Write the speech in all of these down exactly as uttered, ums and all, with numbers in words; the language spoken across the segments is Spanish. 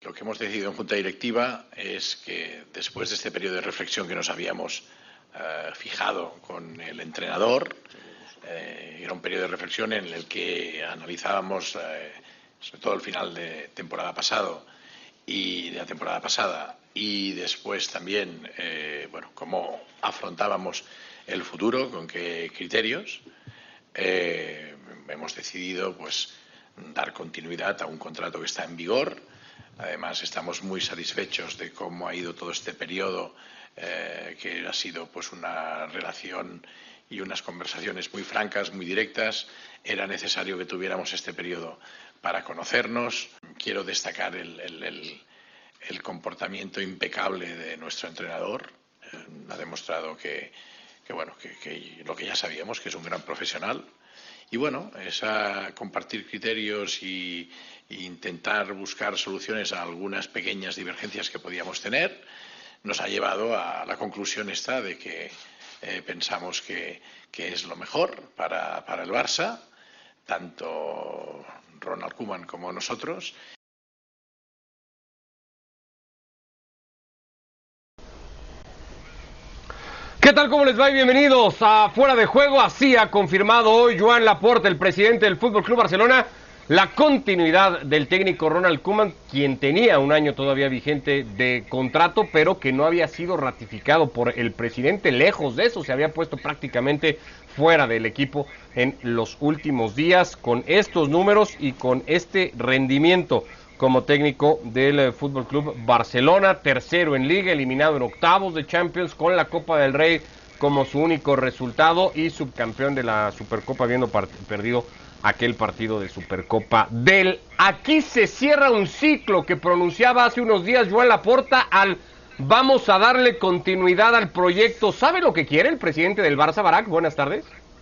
lo que hemos decidido en Junta Directiva es que después de este periodo de reflexión que nos habíamos eh, fijado con el entrenador, eh, era un periodo de reflexión en el que analizábamos eh, sobre todo el final de temporada pasado y de la temporada pasada y después también eh, bueno, cómo afrontábamos el futuro, con qué criterios. Eh, hemos decidido pues dar continuidad a un contrato que está en vigor. Además, estamos muy satisfechos de cómo ha ido todo este periodo, eh, que ha sido pues una relación y unas conversaciones muy francas, muy directas. Era necesario que tuviéramos este periodo para conocernos. Quiero destacar el, el, el, el comportamiento impecable de nuestro entrenador. Eh, ha demostrado que, que, bueno, que, que lo que ya sabíamos, que es un gran profesional. Y bueno, esa compartir criterios y, y intentar buscar soluciones a algunas pequeñas divergencias que podíamos tener nos ha llevado a la conclusión esta de que eh, pensamos que, que es lo mejor para, para el Barça, tanto Ronald Koeman como nosotros. ¿Qué tal? ¿Cómo les va? Y bienvenidos a Fuera de Juego. Así ha confirmado hoy Joan Laporta, el presidente del Fútbol Club Barcelona, la continuidad del técnico Ronald Koeman, quien tenía un año todavía vigente de contrato, pero que no había sido ratificado por el presidente. Lejos de eso, se había puesto prácticamente fuera del equipo en los últimos días, con estos números y con este rendimiento como técnico del F C Barcelona, tercero en Liga, eliminado en octavos de Champions, con la Copa del Rey como su único resultado y subcampeón de la Supercopa, habiendo perdido aquel partido de Supercopa del... Aquí se cierra un ciclo que pronunciaba hace unos días Joan Laporta al vamos a darle continuidad al proyecto. ¿Sabe lo que quiere el presidente del Barça, Barak? Buenas tardes.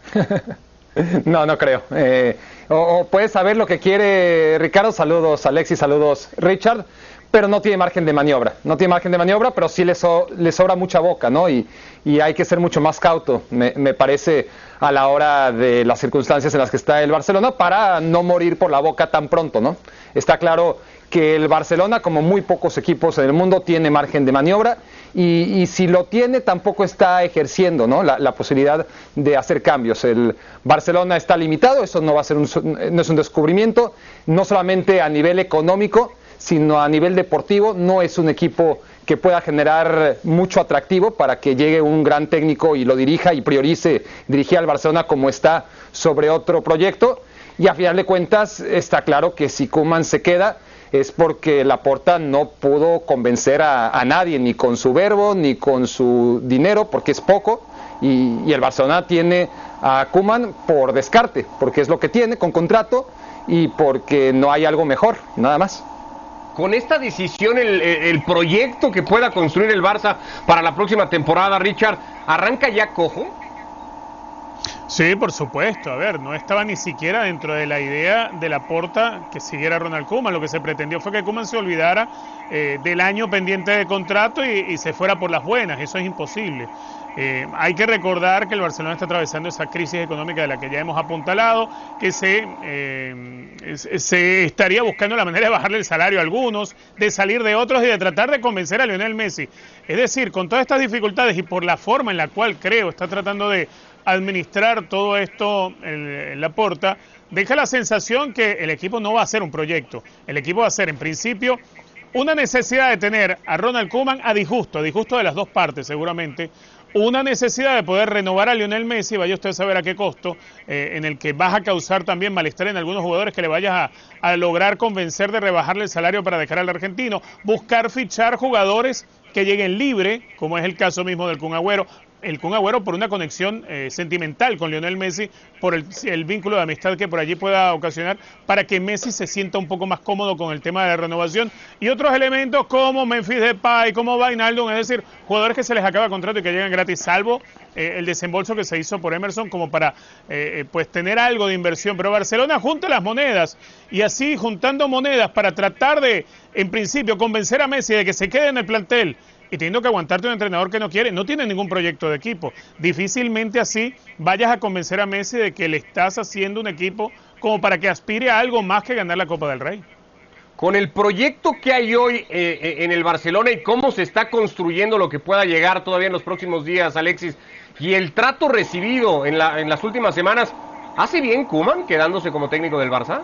No, no creo. Eh, o, o puede saber lo que quiere Ricardo. Saludos, Alexis. Saludos, Richard. Pero no tiene margen de maniobra. No tiene margen de maniobra, pero sí le, so, le sobra mucha boca, ¿no? Y, y hay que ser mucho más cauto, me, me parece, a la hora de las circunstancias en las que está el Barcelona, para no morir por la boca tan pronto, ¿no? Está claro que el Barcelona, como muy pocos equipos en el mundo, tiene margen de maniobra y, y si lo tiene tampoco está ejerciendo, ¿no? la, la posibilidad de hacer cambios. El Barcelona está limitado, eso no va a ser un, no es un descubrimiento, no solamente a nivel económico, sino a nivel deportivo. No es un equipo que pueda generar mucho atractivo para que llegue un gran técnico y lo dirija y priorice dirigir al Barcelona como está sobre otro proyecto. Y a final de cuentas está claro que si Koeman se queda es porque Laporta no pudo convencer a, a nadie, ni con su verbo, ni con su dinero, porque es poco, y, y el Barcelona tiene a Koeman por descarte, porque es lo que tiene, con contrato, y porque no hay algo mejor, nada más. Con esta decisión, el, el proyecto que pueda construir el Barça para la próxima temporada, Richard, ¿arranca ya cojo? Sí, por supuesto. A ver, no estaba ni siquiera dentro de la idea de Laporta que siguiera Ronald Koeman. Lo que se pretendió fue que Koeman se olvidara eh, del año pendiente de contrato y, y se fuera por las buenas. Eso es imposible. Eh, hay que recordar que el Barcelona está atravesando esa crisis económica de la que ya hemos apuntalado, que se, eh, se estaría buscando la manera de bajarle el salario a algunos, de salir de otros y de tratar de convencer a Lionel Messi. Es decir, con todas estas dificultades y por la forma en la cual creo está tratando de administrar todo esto en, en Laporta, deja la sensación que el equipo no va a ser un proyecto. El equipo va a ser, en principio, una necesidad de tener a Ronald Koeman a disgusto, a disgusto de las dos partes seguramente, una necesidad de poder renovar a Lionel Messi, vaya usted a saber a qué costo, eh, en el que vas a causar también malestar en algunos jugadores que le vayas a, a lograr convencer de rebajarle el salario para dejar al argentino, buscar fichar jugadores que lleguen libre, como es el caso mismo del Kun Agüero, el Kun Agüero por una conexión eh, sentimental con Lionel Messi, por el, el vínculo de amistad que por allí pueda ocasionar, para que Messi se sienta un poco más cómodo con el tema de la renovación, y otros elementos como Memphis Depay, como Wijnaldum, es decir, jugadores que se les acaba contrato y que llegan gratis, salvo eh, el desembolso que se hizo por Emerson, como para eh, pues tener algo de inversión. Pero Barcelona junta las monedas, y así juntando monedas para tratar de, en principio, convencer a Messi de que se quede en el plantel, y teniendo que aguantarte un entrenador que no quiere, no tiene ningún proyecto de equipo. Difícilmente así vayas a convencer a Messi de que le estás haciendo un equipo como para que aspire a algo más que ganar la Copa del Rey. con el proyecto que hay hoy eh, en el Barcelona y cómo se está construyendo lo que pueda llegar todavía en los próximos días, Alexis, y el trato recibido en, la, en las últimas semanas, ¿hace bien Koeman quedándose como técnico del Barça?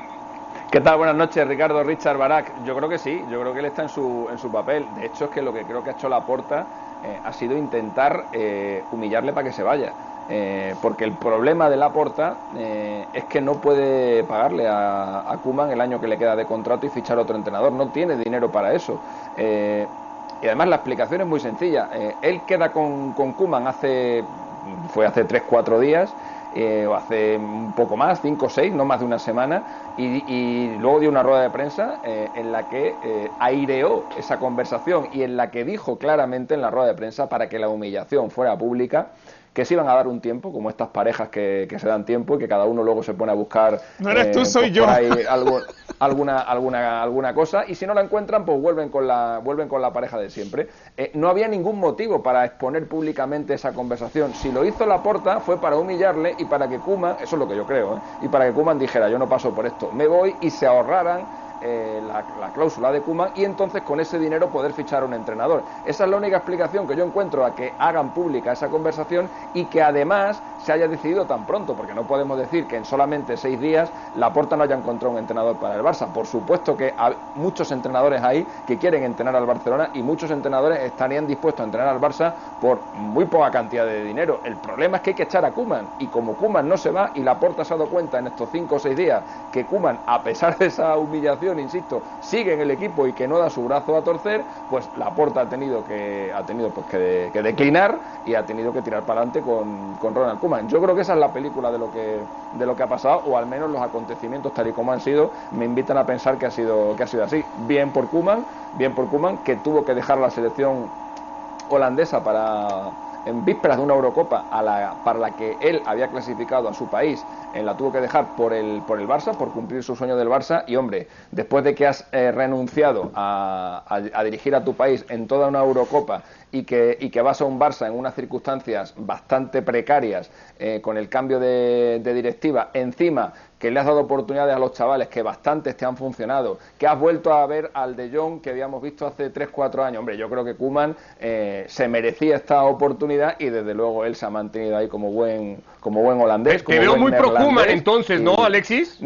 ¿Qué tal? Buenas noches, Ricardo, Richard, Barak. Yo creo que sí, yo creo que él está en su, en su papel. De hecho, es que lo que creo que ha hecho Laporta eh, ha sido intentar eh, humillarle para que se vaya. Eh, porque el problema de Laporta eh, es que no puede pagarle a, a Koeman el año que le queda de contrato y fichar otro entrenador. No tiene dinero para eso. Eh, y además la explicación es muy sencilla. Eh, él queda con, con Koeman hace, fue hace tres cuatro días. Eh, o hace un poco más, cinco o seis, no más de una semana, y, y luego dio una rueda de prensa eh, en la que eh, aireó esa conversación y en la que dijo claramente en la rueda de prensa, para que la humillación fuera pública, que se iban a dar un tiempo, como estas parejas que, que se dan tiempo y que cada uno luego se pone a buscar no eres eh, tú, soy por yo ahí algo, alguna, alguna, alguna cosa, y si no la encuentran, pues vuelven con la, vuelven con la pareja de siempre. Eh, no había ningún motivo para exponer públicamente esa conversación. Si lo hizo Laporta fue para humillarle y para que Koeman, eso es lo que yo creo, ¿eh? y para que Koeman dijera, yo no paso por esto, me voy, y se ahorraran Eh, la, la cláusula de Koeman, y entonces con ese dinero poder fichar a un entrenador. Esa es la única explicación que yo encuentro a que hagan pública esa conversación y que además se haya decidido tan pronto, porque no podemos decir que en solamente seis días Laporta no haya encontrado un entrenador para el Barça. Por supuesto que hay muchos entrenadores ahí que quieren entrenar al Barcelona y muchos entrenadores estarían dispuestos a entrenar al Barça por muy poca cantidad de dinero. El problema es que hay que echar a Koeman, y como Koeman no se va y Laporta se ha dado cuenta en estos cinco o seis días que Koeman, a pesar de esa humillación, insisto, sigue en el equipo y que no da su brazo a torcer, pues Laporta ha tenido que ha tenido pues que, de, que declinar y ha tenido que tirar para adelante con, con Ronald Koeman. Yo creo que esa es la película de lo que de lo que ha pasado, o al menos los acontecimientos tal y como han sido me invitan a pensar que ha sido que ha sido así. Bien por Koeman, bien por Koeman, que tuvo que dejar la selección holandesa para en vísperas de una Eurocopa a la, para la que él había clasificado a su país, en la tuvo que dejar por el, por el Barça, por cumplir su sueño del Barça. Y hombre, después de que has eh, renunciado a, a, a dirigir a tu país en toda una Eurocopa y que, y que vas a un Barça en unas circunstancias bastante precarias, eh, con el cambio de, de directiva, encima que le has dado oportunidades a los chavales que bastantes te han funcionado, que has vuelto a ver al De Jong que habíamos visto hace tres cuatro años. Hombre, yo creo que Koeman eh, se merecía esta oportunidad y desde luego él se ha mantenido ahí como buen como buen holandés. Te, te veo muy pro Koeman entonces, ¿no, Alexis?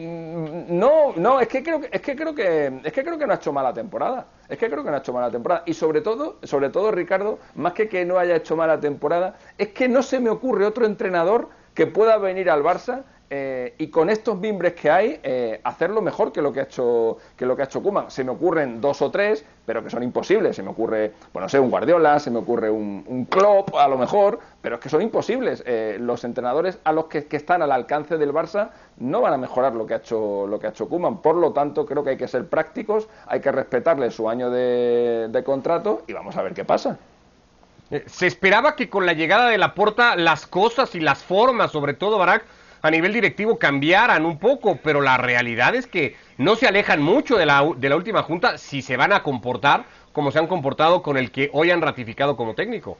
No, no, es que creo que es que creo que es que creo que no ha hecho mala temporada. Es que creo que no ha hecho mala temporada. Y sobre todo, sobre todo Ricardo, más que que no haya hecho mala temporada, es que no se me ocurre otro entrenador que pueda venir al Barça Eh, y con estos mimbres que hay, eh, hacerlo mejor que lo que ha hecho que lo que ha hecho Koeman. Se me ocurren dos o tres, pero que son imposibles. Se me ocurre, bueno, no sé, un Guardiola, se me ocurre un, un Klopp, a lo mejor, pero es que son imposibles. Eh, los entrenadores a los que, que están al alcance del Barça no van a mejorar lo que ha hecho lo que ha hecho Koeman. Por lo tanto, creo que hay que ser prácticos, hay que respetarle su año de, de contrato y vamos a ver qué pasa. Se esperaba que con la llegada de Laporta las cosas y las formas, sobre todo, Barak, a nivel directivo cambiaran un poco, pero la realidad es que no se alejan mucho de la, de la última junta si se van a comportar como se han comportado con el que hoy han ratificado como técnico.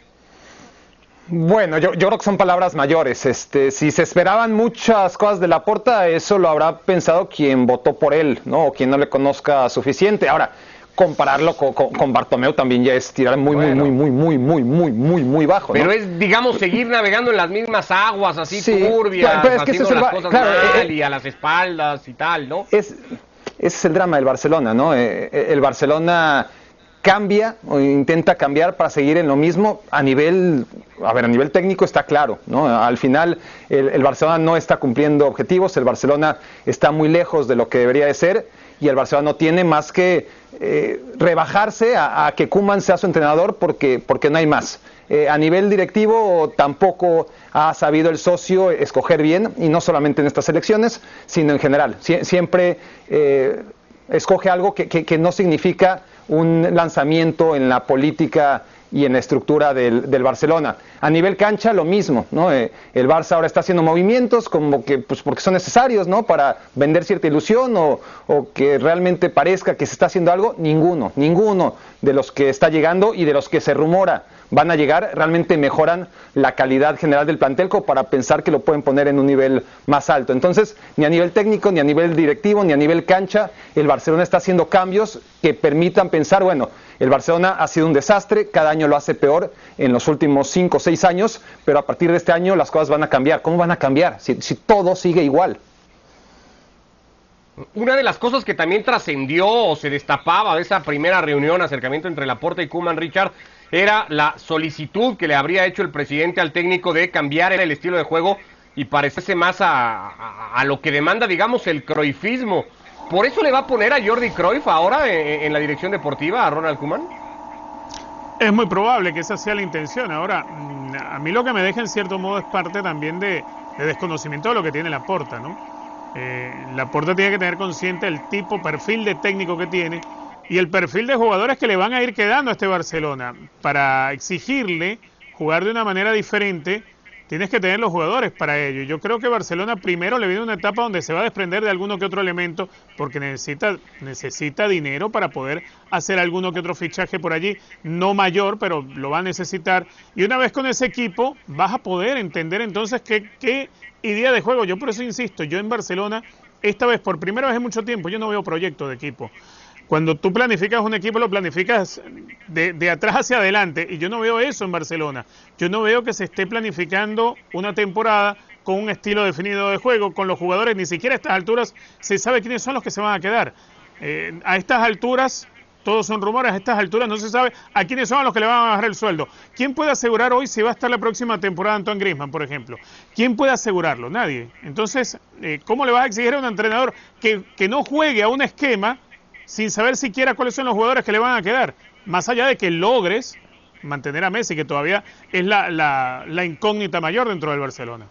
Bueno, yo, yo creo que son palabras mayores. Este, si se esperaban muchas cosas de Laporta, eso lo habrá pensado quien votó por él, ¿no? O quien no le conozca suficiente. Ahora, compararlo con, con, con Bartomeu también ya es tirar muy, bueno. muy, muy, muy, muy, muy, muy, muy bajo, ¿no? Pero es, digamos, seguir navegando en las mismas aguas, así sí, pero, turbias, pero es que haciendo ese es las el, cosas claro, mal eh, y a las espaldas y tal, ¿no? Es, ese es el drama del Barcelona, ¿no? Eh, el Barcelona cambia o intenta cambiar para seguir en lo mismo a nivel, a ver, a nivel técnico está claro, ¿no? Al final el, el Barcelona no está cumpliendo objetivos, el Barcelona está muy lejos de lo que debería de ser y el Barcelona no tiene más que eh, rebajarse a, a que Koeman sea su entrenador porque, porque no hay más. Eh, a nivel directivo tampoco ha sabido el socio escoger bien, y no solamente en estas elecciones, sino en general. Sie- siempre eh, escoge algo que, que, que no significa un lanzamiento en la política y en la estructura del, del Barcelona. A nivel cancha lo mismo, ¿no? Eh, el Barça ahora está haciendo movimientos como que, pues porque son necesarios, ¿no? Para vender cierta ilusión o, o que realmente parezca que se está haciendo algo. Ninguno, ninguno de los que está llegando y de los que se rumora van a llegar, realmente mejoran la calidad general del plantel como para pensar que lo pueden poner en un nivel más alto. Entonces, ni a nivel técnico, ni a nivel directivo, ni a nivel cancha, el Barcelona está haciendo cambios que permitan pensar, bueno, el Barcelona ha sido un desastre, cada año lo hace peor en los últimos cinco o seis años, pero a partir de este año las cosas van a cambiar. ¿Cómo van a cambiar si, si todo sigue igual? Una de las cosas que también trascendió o se destapaba de esa primera reunión, acercamiento entre Laporta y Koeman, Richard, era la solicitud que le habría hecho el presidente al técnico de cambiar el estilo de juego y parecerse más a, a, a lo que demanda, digamos, el cruyffismo. ¿Por eso le va a poner a Jordi Cruyff ahora en, en la dirección deportiva a Ronald Koeman? Es muy probable que esa sea la intención. Ahora, a mí lo que me deja en cierto modo es parte también de, de desconocimiento de lo que tiene Laporta, ¿no? Eh, Laporta tiene que tener consciente el tipo, perfil de técnico que tiene y el perfil de jugadores que le van a ir quedando a este Barcelona. Para exigirle jugar de una manera diferente, tienes que tener los jugadores para ello. Yo creo que Barcelona primero le viene una etapa donde se va a desprender de alguno que otro elemento porque necesita, necesita dinero para poder hacer alguno que otro fichaje por allí, no mayor, pero lo va a necesitar. Y una vez con ese equipo vas a poder entender entonces qué, qué idea de juego. Yo por eso insisto, yo en Barcelona, esta vez por primera vez en mucho tiempo, yo no veo proyecto de equipo. Cuando tú planificas un equipo, lo planificas de, de atrás hacia adelante, y yo no veo eso en Barcelona. Yo no veo que se esté planificando una temporada con un estilo definido de juego, con los jugadores, ni siquiera a estas alturas se sabe quiénes son los que se van a quedar. Eh, a estas alturas, todos son rumores, a estas alturas no se sabe a quiénes son los que le van a bajar el sueldo. ¿Quién puede asegurar hoy si va a estar la próxima temporada Antoine Griezmann, por ejemplo? ¿Quién puede asegurarlo? Nadie. Entonces, eh, ¿cómo le vas a exigir a un entrenador que, que no juegue a un esquema sin saber siquiera cuáles son los jugadores que le van a quedar? Más allá de que logres mantener a Messi, que todavía es la, la, la incógnita mayor dentro del Barcelona.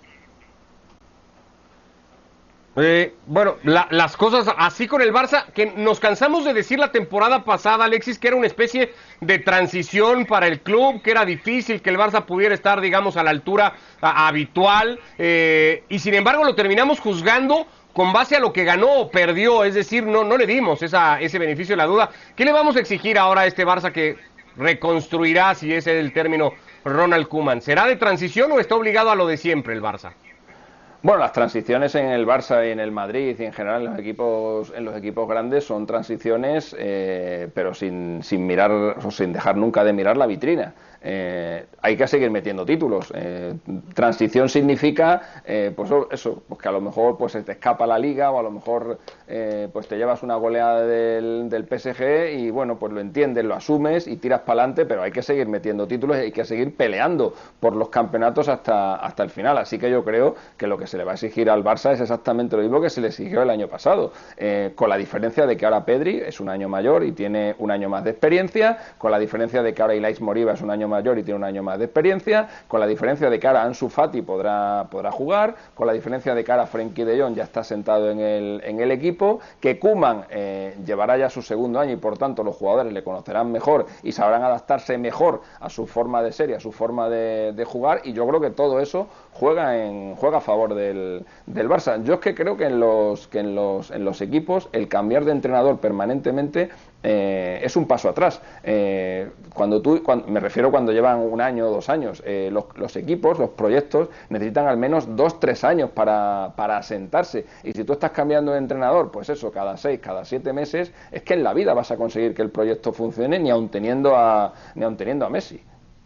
Eh, bueno, la, las cosas así con el Barça, que nos cansamos de decir la temporada pasada, Alexis, que era una especie de transición para el club, que era difícil que el Barça pudiera estar, digamos, a la altura a, habitual, eh, y sin embargo lo terminamos juzgando con base a lo que ganó o perdió, es decir, no, no le dimos esa, ese beneficio de la duda. ¿Qué le vamos a exigir ahora a este Barça que reconstruirá, si ese es el término, Ronald Koeman? ¿Será de transición o está obligado a lo de siempre el Barça? Bueno, las transiciones en el Barça y en el Madrid y en general en los equipos en los equipos grandes son transiciones, eh, pero sin, sin mirar o sin dejar nunca de mirar la vitrina. Eh, hay que seguir metiendo títulos. Eh, transición significa, eh, pues eso, pues que a lo mejor pues se te escapa la Liga o a lo mejor eh, pues te llevas una goleada del, del P S G y bueno, pues lo entiendes, lo asumes y tiras para adelante, pero hay que seguir metiendo títulos y hay que seguir peleando por los campeonatos hasta, hasta el final. Así que yo creo que lo que se le va a exigir al Barça es exactamente lo mismo que se le exigió el año pasado, eh, con la diferencia de que ahora Pedri es un año mayor y tiene un año más de experiencia, con la diferencia de que ahora Ilais Moriba es un año mayor y tiene un año más de experiencia, con la diferencia de que ahora Ansu Fati podrá, podrá jugar, con la diferencia de que ahora Frenkie de Jong ya está sentado en el, en el equipo, que Koeman eh, llevará ya su segundo año y por tanto los jugadores le conocerán mejor y sabrán adaptarse mejor a su forma de ser y a su forma de, de jugar, y yo creo que todo eso juega en juega a favor del, del Barça. Yo es que creo que en los que en los en los equipos el cambiar de entrenador permanentemente eh, es un paso atrás. Eh, cuando tú cuando, me refiero cuando llevan un año o dos años, eh, los, los equipos, los proyectos necesitan al menos dos, tres años para, para asentarse, y si tú estás cambiando de entrenador, pues eso, cada seis, cada siete meses, es que en la vida vas a conseguir que el proyecto funcione, ni aun teniendo a ni aun teniendo a Messi.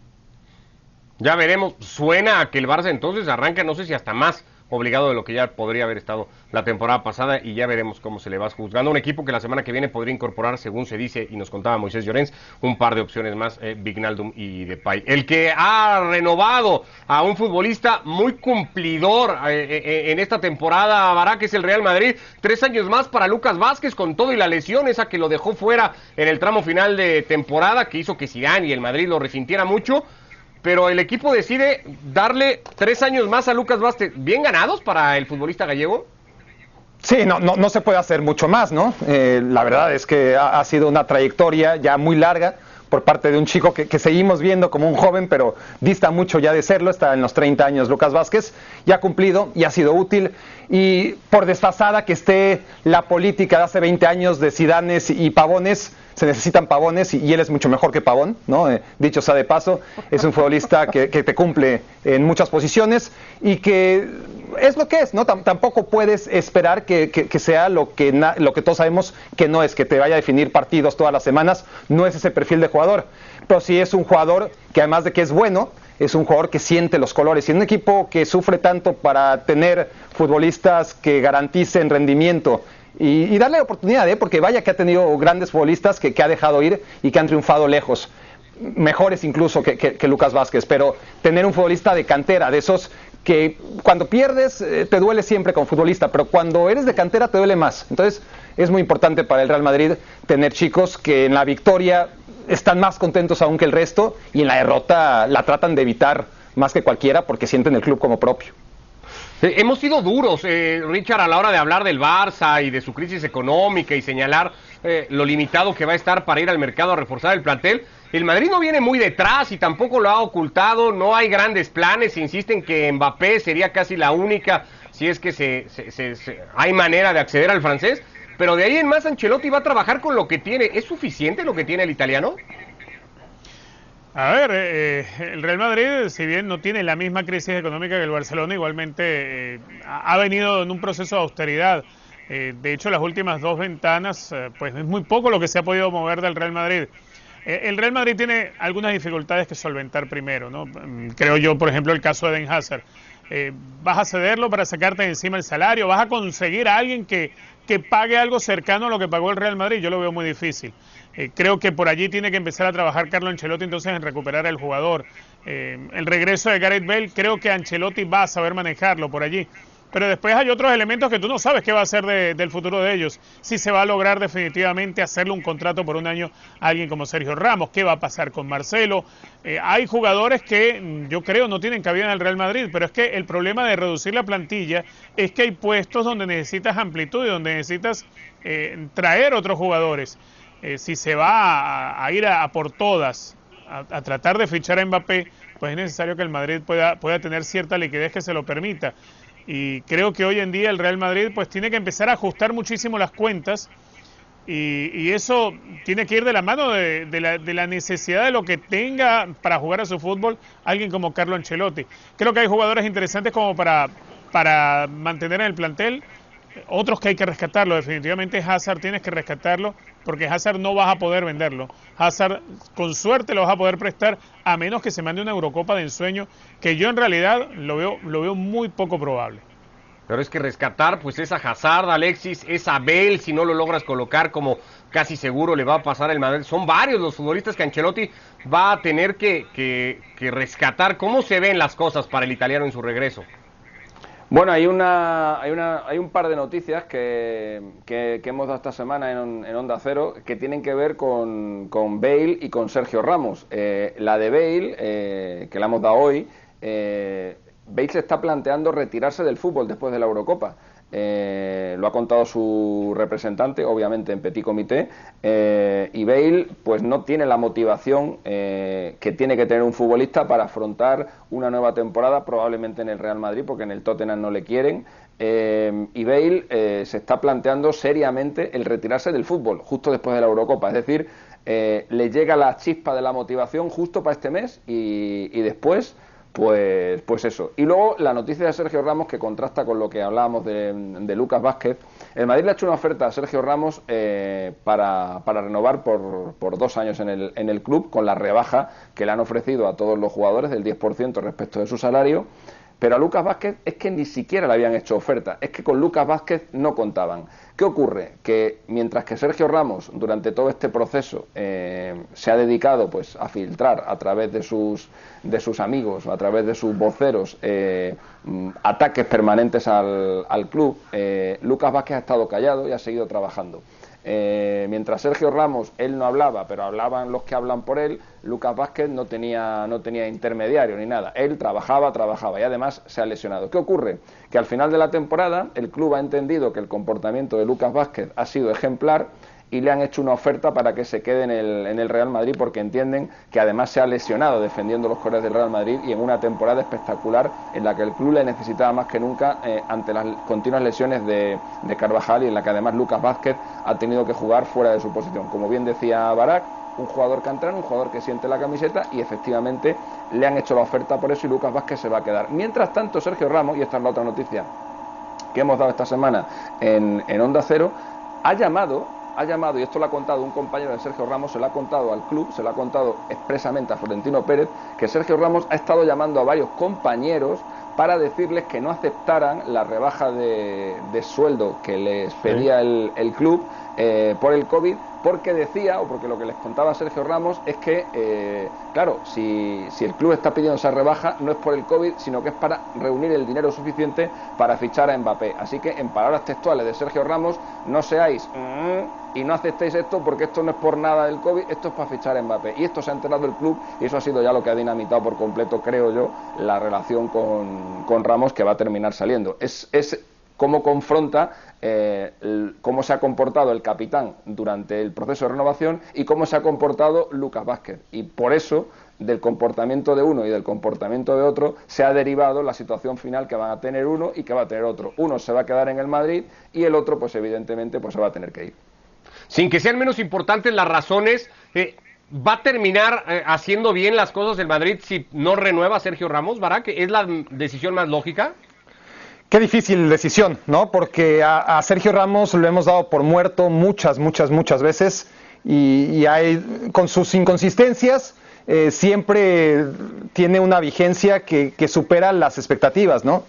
Ya veremos, suena a que el Barça entonces arranca, no sé si hasta más obligado de lo que ya podría haber estado la temporada pasada, y ya veremos cómo se le va juzgando. Un equipo que la semana que viene podría incorporar, según se dice, y nos contaba Moisés Llorens, un par de opciones más, eh, Wijnaldum y Depay. El que ha renovado a un futbolista muy cumplidor eh, eh, en esta temporada, Barak, es el Real Madrid. Tres años más para Lucas Vázquez, con todo y la lesión esa que lo dejó fuera en el tramo final de temporada, que hizo que Zidane y el Madrid lo resintiera mucho. Pero el equipo decide darle tres años más a Lucas Vázquez. ¿Bien ganados para el futbolista gallego? Sí, no, no, no se puede hacer mucho más, ¿no? Eh, la verdad es que ha, ha sido una trayectoria ya muy larga por parte de un chico que, que seguimos viendo como un joven, pero dista mucho ya de serlo. Está en los treinta años Lucas Vázquez, ya ha cumplido y ha sido útil. Y por desfasada que esté la política de hace veinte años de Zidanes y Pavones, se necesitan Pavones y, y él es mucho mejor que Pavón, ¿no? Eh, dicho sea de paso, es un futbolista que, que te cumple en muchas posiciones y que es lo que es, ¿no? T- tampoco puedes esperar que, que, que sea lo que, na- lo que todos sabemos que no es, que te vaya a definir partidos todas las semanas, no es ese perfil de jugador, pero sí es un jugador que además de que es bueno, es un jugador que siente los colores. Y en un equipo que sufre tanto para tener futbolistas que garanticen rendimiento y, y darle oportunidad, ¿eh? Porque vaya que ha tenido grandes futbolistas que, que ha dejado ir y que han triunfado lejos, mejores incluso que, que, que Lucas Vázquez, pero tener un futbolista de cantera, de esos que cuando pierdes eh, te duele siempre como futbolista, pero cuando eres de cantera te duele más. Entonces es muy importante para el Real Madrid tener chicos que en la victoria están más contentos aún que el resto y en la derrota la tratan de evitar más que cualquiera porque sienten el club como propio. Eh, hemos sido duros, eh, Richard, a la hora de hablar del Barça y de su crisis económica y señalar eh, lo limitado que va a estar para ir al mercado a reforzar el plantel. El Madrid no viene muy detrás y tampoco lo ha ocultado, no hay grandes planes, insisten que Mbappé sería casi la única, si es que se, se, se, se, hay manera de acceder al francés. Pero de ahí en más Ancelotti va a trabajar con lo que tiene. ¿Es suficiente lo que tiene el italiano? A ver, eh, el Real Madrid, si bien no tiene la misma crisis económica que el Barcelona, igualmente eh, ha venido en un proceso de austeridad. Eh, de hecho, las últimas dos ventanas, eh, pues es muy poco lo que se ha podido mover del Real Madrid. Eh, el Real Madrid tiene algunas dificultades que solventar primero, ¿no? Creo yo, por ejemplo, el caso de Eden Hazard. Eh, vas a cederlo para sacarte de encima el salario, vas a conseguir a alguien que, que pague algo cercano a lo que pagó el Real Madrid. Yo lo veo muy difícil. Eh, creo que por allí tiene que empezar a trabajar Carlo Ancelotti entonces en recuperar al jugador. Eh, el regreso de Gareth Bale, creo que Ancelotti va a saber manejarlo por allí. Pero después hay otros elementos que tú no sabes qué va a ser de, del futuro de ellos. Si se va a lograr definitivamente hacerle un contrato por un año a alguien como Sergio Ramos, qué va a pasar con Marcelo. Eh, hay jugadores que yo creo no tienen cabida en el Real Madrid, pero es que el problema de reducir la plantilla es que hay puestos donde necesitas amplitud y donde necesitas eh, traer otros jugadores. Eh, si se va a, a ir a, a por todas, a, a tratar de fichar a Mbappé, pues es necesario que el Madrid pueda, pueda tener cierta liquidez que se lo permita. Y creo que hoy en día el Real Madrid pues tiene que empezar a ajustar muchísimo las cuentas y, y eso tiene que ir de la mano de, de, la, de la necesidad de lo que tenga para jugar a su fútbol alguien como Carlo Ancelotti. Creo que hay jugadores interesantes como para, para mantener en el plantel, otros que hay que rescatarlo, definitivamente Hazard tienes que rescatarlo porque Hazard no vas a poder venderlo. Hazard con suerte lo vas a poder prestar a menos que se mande una Eurocopa de ensueño, que yo en realidad lo veo, lo veo muy poco probable. Pero es que rescatar pues es a Hazard, Alexis, es a Bale, si no lo logras colocar como casi seguro le va a pasar el Madrid. Son varios los futbolistas que Ancelotti va a tener que, que, que rescatar. ¿Cómo se ven las cosas para el italiano en su regreso? Bueno, hay una, hay una, hay un par de noticias que, que, que hemos dado esta semana en, en Onda Cero que tienen que ver con, con Bale y con Sergio Ramos. Eh, la de Bale, eh, que la hemos dado hoy, eh, Bale se está planteando retirarse del fútbol después de la Eurocopa. Eh, lo ha contado su representante, obviamente en petit comité, eh, y Bale pues no tiene la motivación eh, que tiene que tener un futbolista para afrontar una nueva temporada, probablemente en el Real Madrid, porque en el Tottenham no le quieren, eh, y Bale eh, se está planteando seriamente el retirarse del fútbol justo después de la Eurocopa, es decir, eh, le llega la chispa de la motivación justo para este mes y, y después Pues, pues eso. Y luego la noticia de Sergio Ramos, que contrasta con lo que hablábamos de, de Lucas Vázquez. El Madrid le ha hecho una oferta a Sergio Ramos eh, para, para renovar por, por dos años en el, en el club, con la rebaja que le han ofrecido a todos los jugadores del diez por ciento respecto de su salario. Pero a Lucas Vázquez es que ni siquiera le habían hecho oferta, es que con Lucas Vázquez no contaban. ¿Qué ocurre? Que mientras que Sergio Ramos durante todo este proceso eh, se ha dedicado pues a filtrar a través de sus, de sus amigos, a través de sus voceros, eh, ataques permanentes al, al club, eh, Lucas Vázquez ha estado callado y ha seguido trabajando. Eh, mientras Sergio Ramos, él no hablaba, pero hablaban los que hablan por él, Lucas Vázquez no tenía, no tenía intermediario ni nada. Él trabajaba, trabajaba y además se ha lesionado. ¿Qué ocurre? Que al final de la temporada el club ha entendido que el comportamiento de Lucas Vázquez ha sido ejemplar y le han hecho una oferta para que se quede en el, en el Real Madrid, porque entienden que además se ha lesionado defendiendo los colores del Real Madrid y en una temporada espectacular en la que el club le necesitaba más que nunca eh, ante las continuas lesiones de, de Carvajal, y en la que además Lucas Vázquez ha tenido que jugar fuera de su posición. Como bien decía Barak, un jugador canterano, un jugador que siente la camiseta, y efectivamente le han hecho la oferta por eso y Lucas Vázquez se va a quedar. Mientras tanto, Sergio Ramos, y esta es la otra noticia que hemos dado esta semana en, en Onda Cero, ha llamado, ha llamado, y esto lo ha contado un compañero de Sergio Ramos, se lo ha contado al club, se lo ha contado expresamente a Florentino Pérez, que Sergio Ramos ha estado llamando a varios compañeros para decirles que no aceptaran la rebaja de, de sueldo que les pedía el, el club eh, por el COVID, porque decía, o porque lo que les contaba Sergio Ramos es que, eh, claro, si, si el club está pidiendo esa rebaja, no es por el COVID, sino que es para reunir el dinero suficiente para fichar a Mbappé. Así que, en palabras textuales de Sergio Ramos, no seáis mm, y no aceptéis esto, porque esto no es por nada del COVID, esto es para fichar a Mbappé. Y esto se ha enterado el club, y eso ha sido ya lo que ha dinamitado por completo, creo yo, la relación con, con Ramos, que va a terminar saliendo. Es... es cómo confronta eh, el, cómo se ha comportado el capitán durante el proceso de renovación y cómo se ha comportado Lucas Vázquez. Y por eso, del comportamiento de uno y del comportamiento de otro, se ha derivado la situación final que van a tener uno y que va a tener otro. Uno se va a quedar en el Madrid y el otro, pues evidentemente, pues se va a tener que ir. Sin que sean menos importantes las razones, eh, ¿va a terminar eh, haciendo bien las cosas el Madrid si no renueva a Sergio Ramos, Barak? ¿Es la decisión más lógica? Qué difícil decisión, ¿no? Porque a, a Sergio Ramos lo hemos dado por muerto muchas, muchas, muchas veces, y, y hay, con sus inconsistencias eh, siempre tiene una vigencia que, que supera las expectativas, ¿no?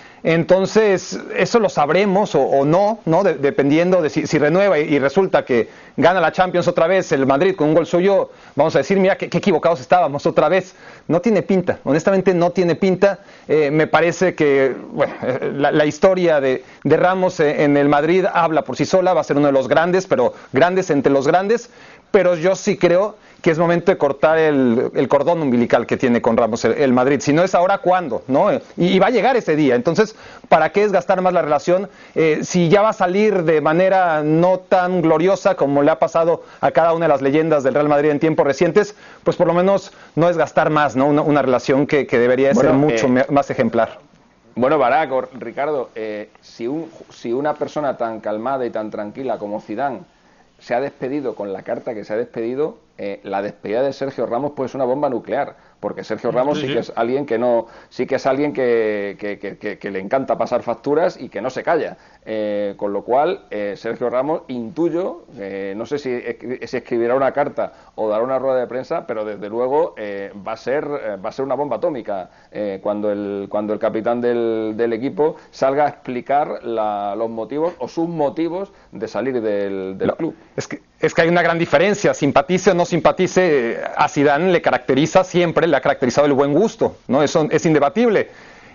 Entonces, eso lo sabremos o, o no, ¿no? De, dependiendo de si, si renueva y, y resulta que gana la Champions otra vez el Madrid con un gol suyo, vamos a decir, mira, qué, qué equivocados estábamos otra vez. No tiene pinta, honestamente no tiene pinta. Eh, me parece que, bueno, eh, la, la historia de, de Ramos en el Madrid habla por sí sola, va a ser uno de los grandes, pero grandes entre los grandes, pero yo sí creo que es momento de cortar el, el cordón umbilical que tiene con Ramos el, el Madrid. Si no es ahora, ¿cuándo? ¿No? Y, y va a llegar ese día. Entonces, ¿para qué desgastar más la relación? Eh, si ya va a salir de manera no tan gloriosa como le ha pasado a cada una de las leyendas del Real Madrid en tiempos recientes, pues por lo menos no desgastar más, ¿no? Una, una relación que, que debería bueno, ser mucho eh, más ejemplar. Bueno, Barak, Ricardo, eh, si, un, si una persona tan calmada y tan tranquila como Zidane se ha despedido con la carta que se ha despedido, eh, la despedida de Sergio Ramos pues es una bomba nuclear, porque Sergio Ramos sí, sí que es alguien que no, sí que es alguien que, que, que, que, que le encanta pasar facturas y que no se calla, eh, con lo cual eh, Sergio Ramos, intuyo, eh, no sé si, si escribirá una carta o dará una rueda de prensa, pero desde luego eh, va a ser eh, va a ser una bomba atómica eh, cuando el cuando el capitán del, del equipo salga a explicar la, los motivos o sus motivos de salir del, del no, club. Es que es que hay una gran diferencia, simpatice o no simpatice, a Zidane le caracteriza siempre, le ha caracterizado el buen gusto, ¿no? Eso es indebatible.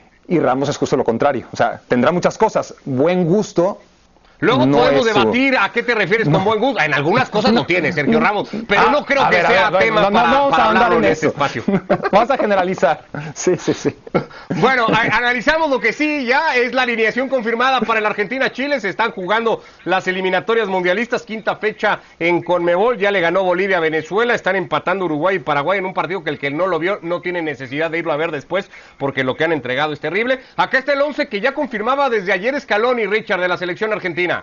Y Ramos es justo lo contrario, o sea, tendrá muchas cosas, buen gusto. Luego no podemos su... debatir a qué te refieres con no. buen gusto. En algunas cosas no, lo tiene Sergio Ramos, pero ah, no creo que ver, sea ver, tema no, no, para, no vamos para a hablar en, en este espacio. Vamos a generalizar. Sí, sí, sí. Bueno, a, analizamos lo que sí ya es la alineación confirmada para el Argentina-Chile. Se están jugando las eliminatorias mundialistas, quinta fecha en Conmebol. Ya le ganó Bolivia a Venezuela. Están empatando Uruguay y Paraguay en un partido que el que no lo vio no tiene necesidad de irlo a ver después, porque lo que han entregado es terrible. Acá está el once que ya confirmaba desde ayer Scaloni, Richard, de la selección argentina.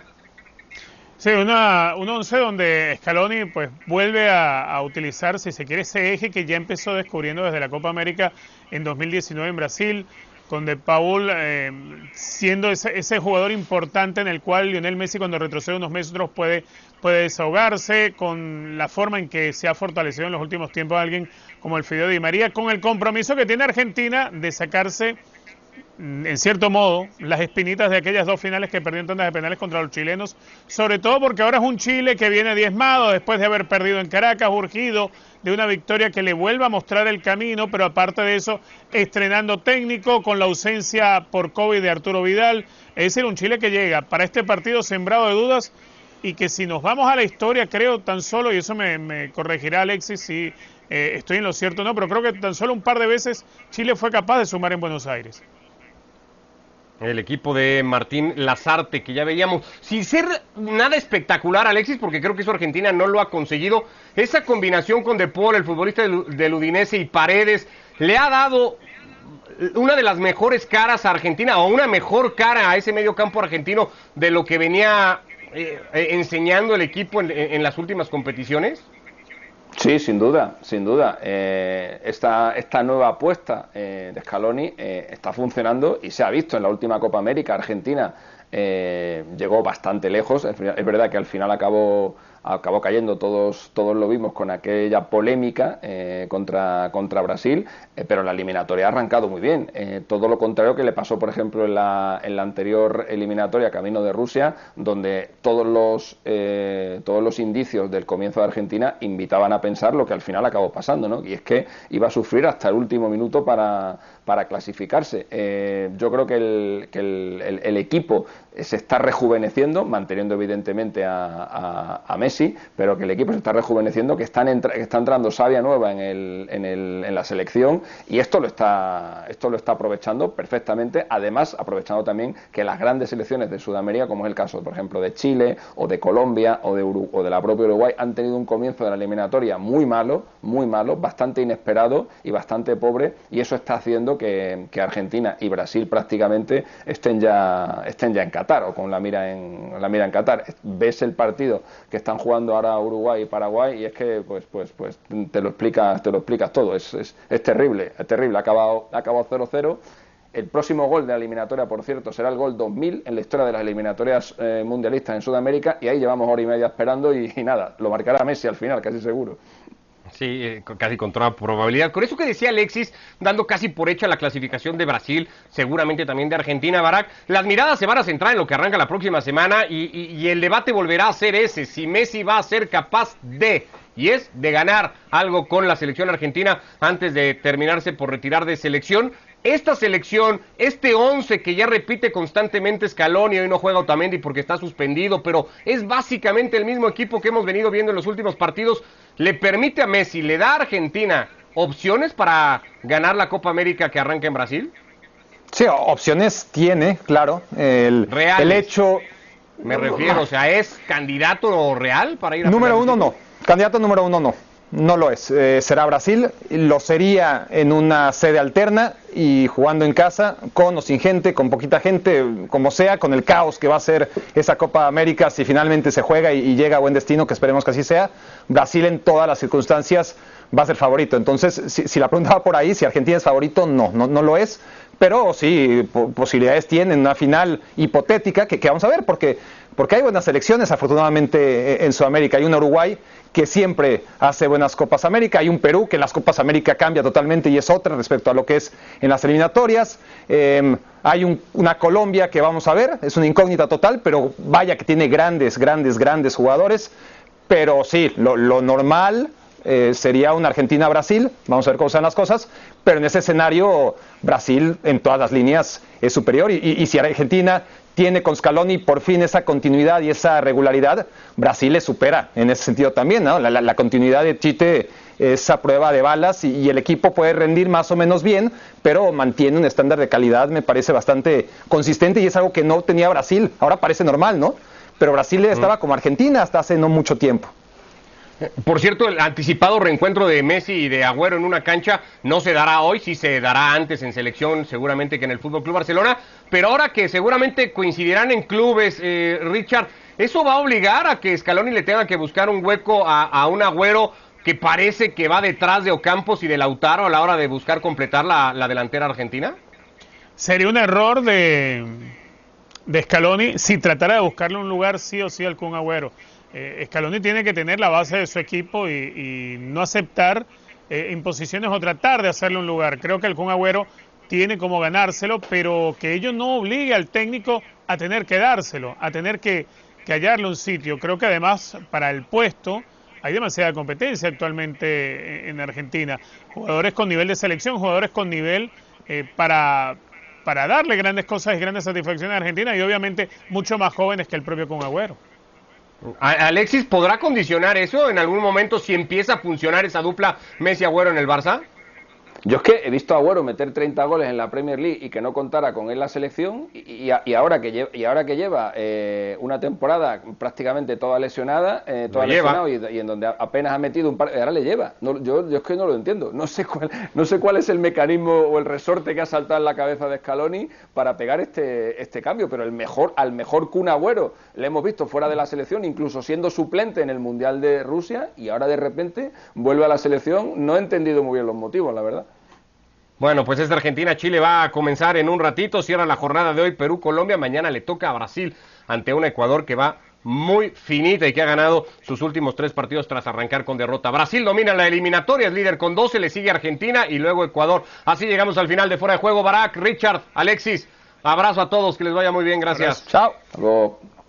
Sí, una, un once donde Scaloni pues vuelve a, a utilizar, si se quiere, ese eje que ya empezó descubriendo desde la Copa América en dos mil diecinueve en Brasil, con De Paul eh, siendo ese, ese jugador importante en el cual Lionel Messi, cuando retrocede unos metros, puede, puede desahogarse, con la forma en que se ha fortalecido en los últimos tiempos alguien como el Fideo Di María, con el compromiso que tiene Argentina de sacarse, en cierto modo, las espinitas de aquellas dos finales que perdió en tandas de penales contra los chilenos, sobre todo porque ahora es un Chile que viene diezmado después de haber perdido en Caracas, urgido de una victoria que le vuelva a mostrar el camino, pero aparte de eso, estrenando técnico, con la ausencia por COVID de Arturo Vidal, es decir, un Chile que llega para este partido sembrado de dudas, y que si nos vamos a la historia, creo tan solo, y eso me, me corregirá Alexis si eh, estoy en lo cierto o no, pero creo que tan solo un par de veces Chile fue capaz de sumar en Buenos Aires. El equipo de Martín Lazarte, que ya veíamos, sin ser nada espectacular, Alexis, porque creo que eso Argentina no lo ha conseguido. Esa combinación con De Paul, el futbolista del, del Udinese, y Paredes, le ha dado una de las mejores caras a Argentina, o una mejor cara a ese medio campo argentino de lo que venía eh, enseñando el equipo en, en las últimas competiciones. Sí, sin duda, sin duda. Eh, esta, esta nueva apuesta eh, de Scaloni eh, está funcionando y se ha visto en la última Copa América. Argentina eh, llegó bastante lejos. Es verdad que al final acabó, acabó cayendo, todos, todos lo vimos, con aquella polémica eh, contra, contra Brasil, eh, pero la eliminatoria ha arrancado muy bien. Eh, todo lo contrario que le pasó, por ejemplo, en la, en la anterior eliminatoria, camino de Rusia, donde todos los, eh, todos los indicios del comienzo de Argentina invitaban a pensar lo que al final acabó pasando, ¿no? Y es que iba a sufrir hasta el último minuto para, para clasificarse. Eh, yo creo que, el, que el, el, el equipo se está rejuveneciendo, manteniendo evidentemente a, a, a Messi, pero que el equipo se está rejuveneciendo, que, están entra, que está entrando savia nueva en, el, en, el, en la selección, y esto lo está esto lo está aprovechando perfectamente, además aprovechando también que las grandes selecciones de Sudamérica, como es el caso, por ejemplo, de Chile, o de Colombia, o de, Uru, o de la propia Uruguay, han tenido un comienzo de la eliminatoria muy malo, muy malo, bastante inesperado y bastante pobre, y eso está haciendo que, que Argentina y Brasil prácticamente estén ya, estén ya en Qatar, o con la mira en la mira en Qatar. Ves el partido que están jugando ahora Uruguay y Paraguay y es que pues pues pues te lo explicas te lo explicas todo. Es, es, es terrible, es terrible. Ha acabado ha acabado cero cero. El próximo gol de la eliminatoria, por cierto, será el gol dos mil en la historia de las eliminatorias eh, mundialistas en Sudamérica, y ahí llevamos hora y media esperando y, y nada, lo marcará Messi al final, casi seguro. Sí, eh, casi con toda probabilidad. Con eso que decía Alexis, dando casi por hecha la clasificación de Brasil, seguramente también de Argentina, Barak, las miradas se van a centrar en lo que arranca la próxima semana y, y, y el debate volverá a ser ese, si Messi va a ser capaz de, y es de ganar algo con la selección argentina antes de terminarse por retirar de selección. Esta selección, este once que ya repite constantemente Scaloni, hoy no juega Otamendi porque está suspendido, pero es básicamente el mismo equipo que hemos venido viendo en los últimos partidos, le permite a Messi, le da a Argentina opciones para ganar la Copa América que arranca en Brasil. Sí, opciones tiene, claro. El, el hecho... Me refiero, o sea, ¿es candidato real para ir a... Número uno no, candidato número uno no. No lo es, eh, será Brasil, lo sería en una sede alterna y jugando en casa, con o sin gente, con poquita gente, como sea, con el caos que va a ser esa Copa América si finalmente se juega y, y llega a buen destino, que esperemos que así sea. Brasil en todas las circunstancias va a ser favorito. Entonces, si, si la pregunta va por ahí, si Argentina es favorito, no, no, no lo es, pero sí, po posibilidades tienen, una final hipotética que, que vamos a ver, porque, porque hay buenas selecciones afortunadamente en Sudamérica. Hay un Uruguay que siempre hace buenas Copas América, hay un Perú que en las Copas América cambia totalmente y es otra respecto a lo que es en las eliminatorias, eh, hay un, una Colombia que vamos a ver, es una incógnita total, pero vaya que tiene grandes, grandes, grandes jugadores, pero sí, lo, lo normal eh, sería una Argentina-Brasil, vamos a ver cómo sean las cosas, pero en ese escenario Brasil en todas las líneas es superior y, y, y si Argentina tiene con Scaloni por fin esa continuidad y esa regularidad, Brasil le supera en ese sentido también, ¿no? La, la, la continuidad de Tite es a prueba de balas y, y el equipo puede rendir más o menos bien, pero mantiene un estándar de calidad, me parece bastante consistente y es algo que no tenía Brasil. Ahora parece normal, ¿no? Pero Brasil estaba como Argentina hasta hace no mucho tiempo. Por cierto, el anticipado reencuentro de Messi y de Agüero en una cancha no se dará hoy, sí se dará antes en selección, seguramente que en el Fútbol Club Barcelona, pero ahora que seguramente coincidirán en clubes, eh, Richard, ¿eso va a obligar a que Scaloni le tenga que buscar un hueco a, a un Agüero que parece que va detrás de Ocampos y de Lautaro a la hora de buscar completar la, la delantera argentina? Sería un error de, de Scaloni si tratara de buscarle un lugar sí o sí al Kun Agüero. Eh, Scaloni tiene que tener la base de su equipo y, y no aceptar eh, imposiciones o tratar de hacerle un lugar. Creo que el Kun Agüero tiene como ganárselo, pero que ello no obligue al técnico a tener que dárselo, a tener que, que hallarle un sitio. Creo que además para el puesto hay demasiada competencia actualmente en Argentina. Jugadores con nivel de selección, jugadores con nivel eh, para, para darle grandes cosas y grandes satisfacciones a Argentina y obviamente mucho más jóvenes que el propio Kun Agüero. Alexis, ¿podrá condicionar eso en algún momento si empieza a funcionar esa dupla Messi-Agüero en el Barça? Yo es que he visto a Agüero meter treinta goles en la Premier League y que no contara con él la selección, y, y, y ahora que lleva, y ahora que lleva eh, una temporada prácticamente toda lesionada, eh, toda lesionado y, y en donde apenas ha metido un par, ahora le lleva. No, yo, yo es que no lo entiendo. No sé cuál, no sé cuál es el mecanismo o el resorte que ha saltado en la cabeza de Scaloni para pegar este, este cambio, pero el mejor, al mejor Kun Agüero le hemos visto fuera de la selección, incluso siendo suplente en el Mundial de Rusia, y ahora de repente vuelve a la selección. No he entendido muy bien los motivos, la verdad. Bueno, pues esta Argentina-Chile va a comenzar en un ratito, cierra la jornada de hoy Perú-Colombia, mañana le toca a Brasil ante un Ecuador que va muy finita y que ha ganado sus últimos tres partidos tras arrancar con derrota. Brasil domina la eliminatoria, es líder con doce, le sigue Argentina y luego Ecuador. Así llegamos al final de Fuera de Juego. Barak, Richard, Alexis, abrazo a todos, que les vaya muy bien, gracias. Chao. Hasta luego.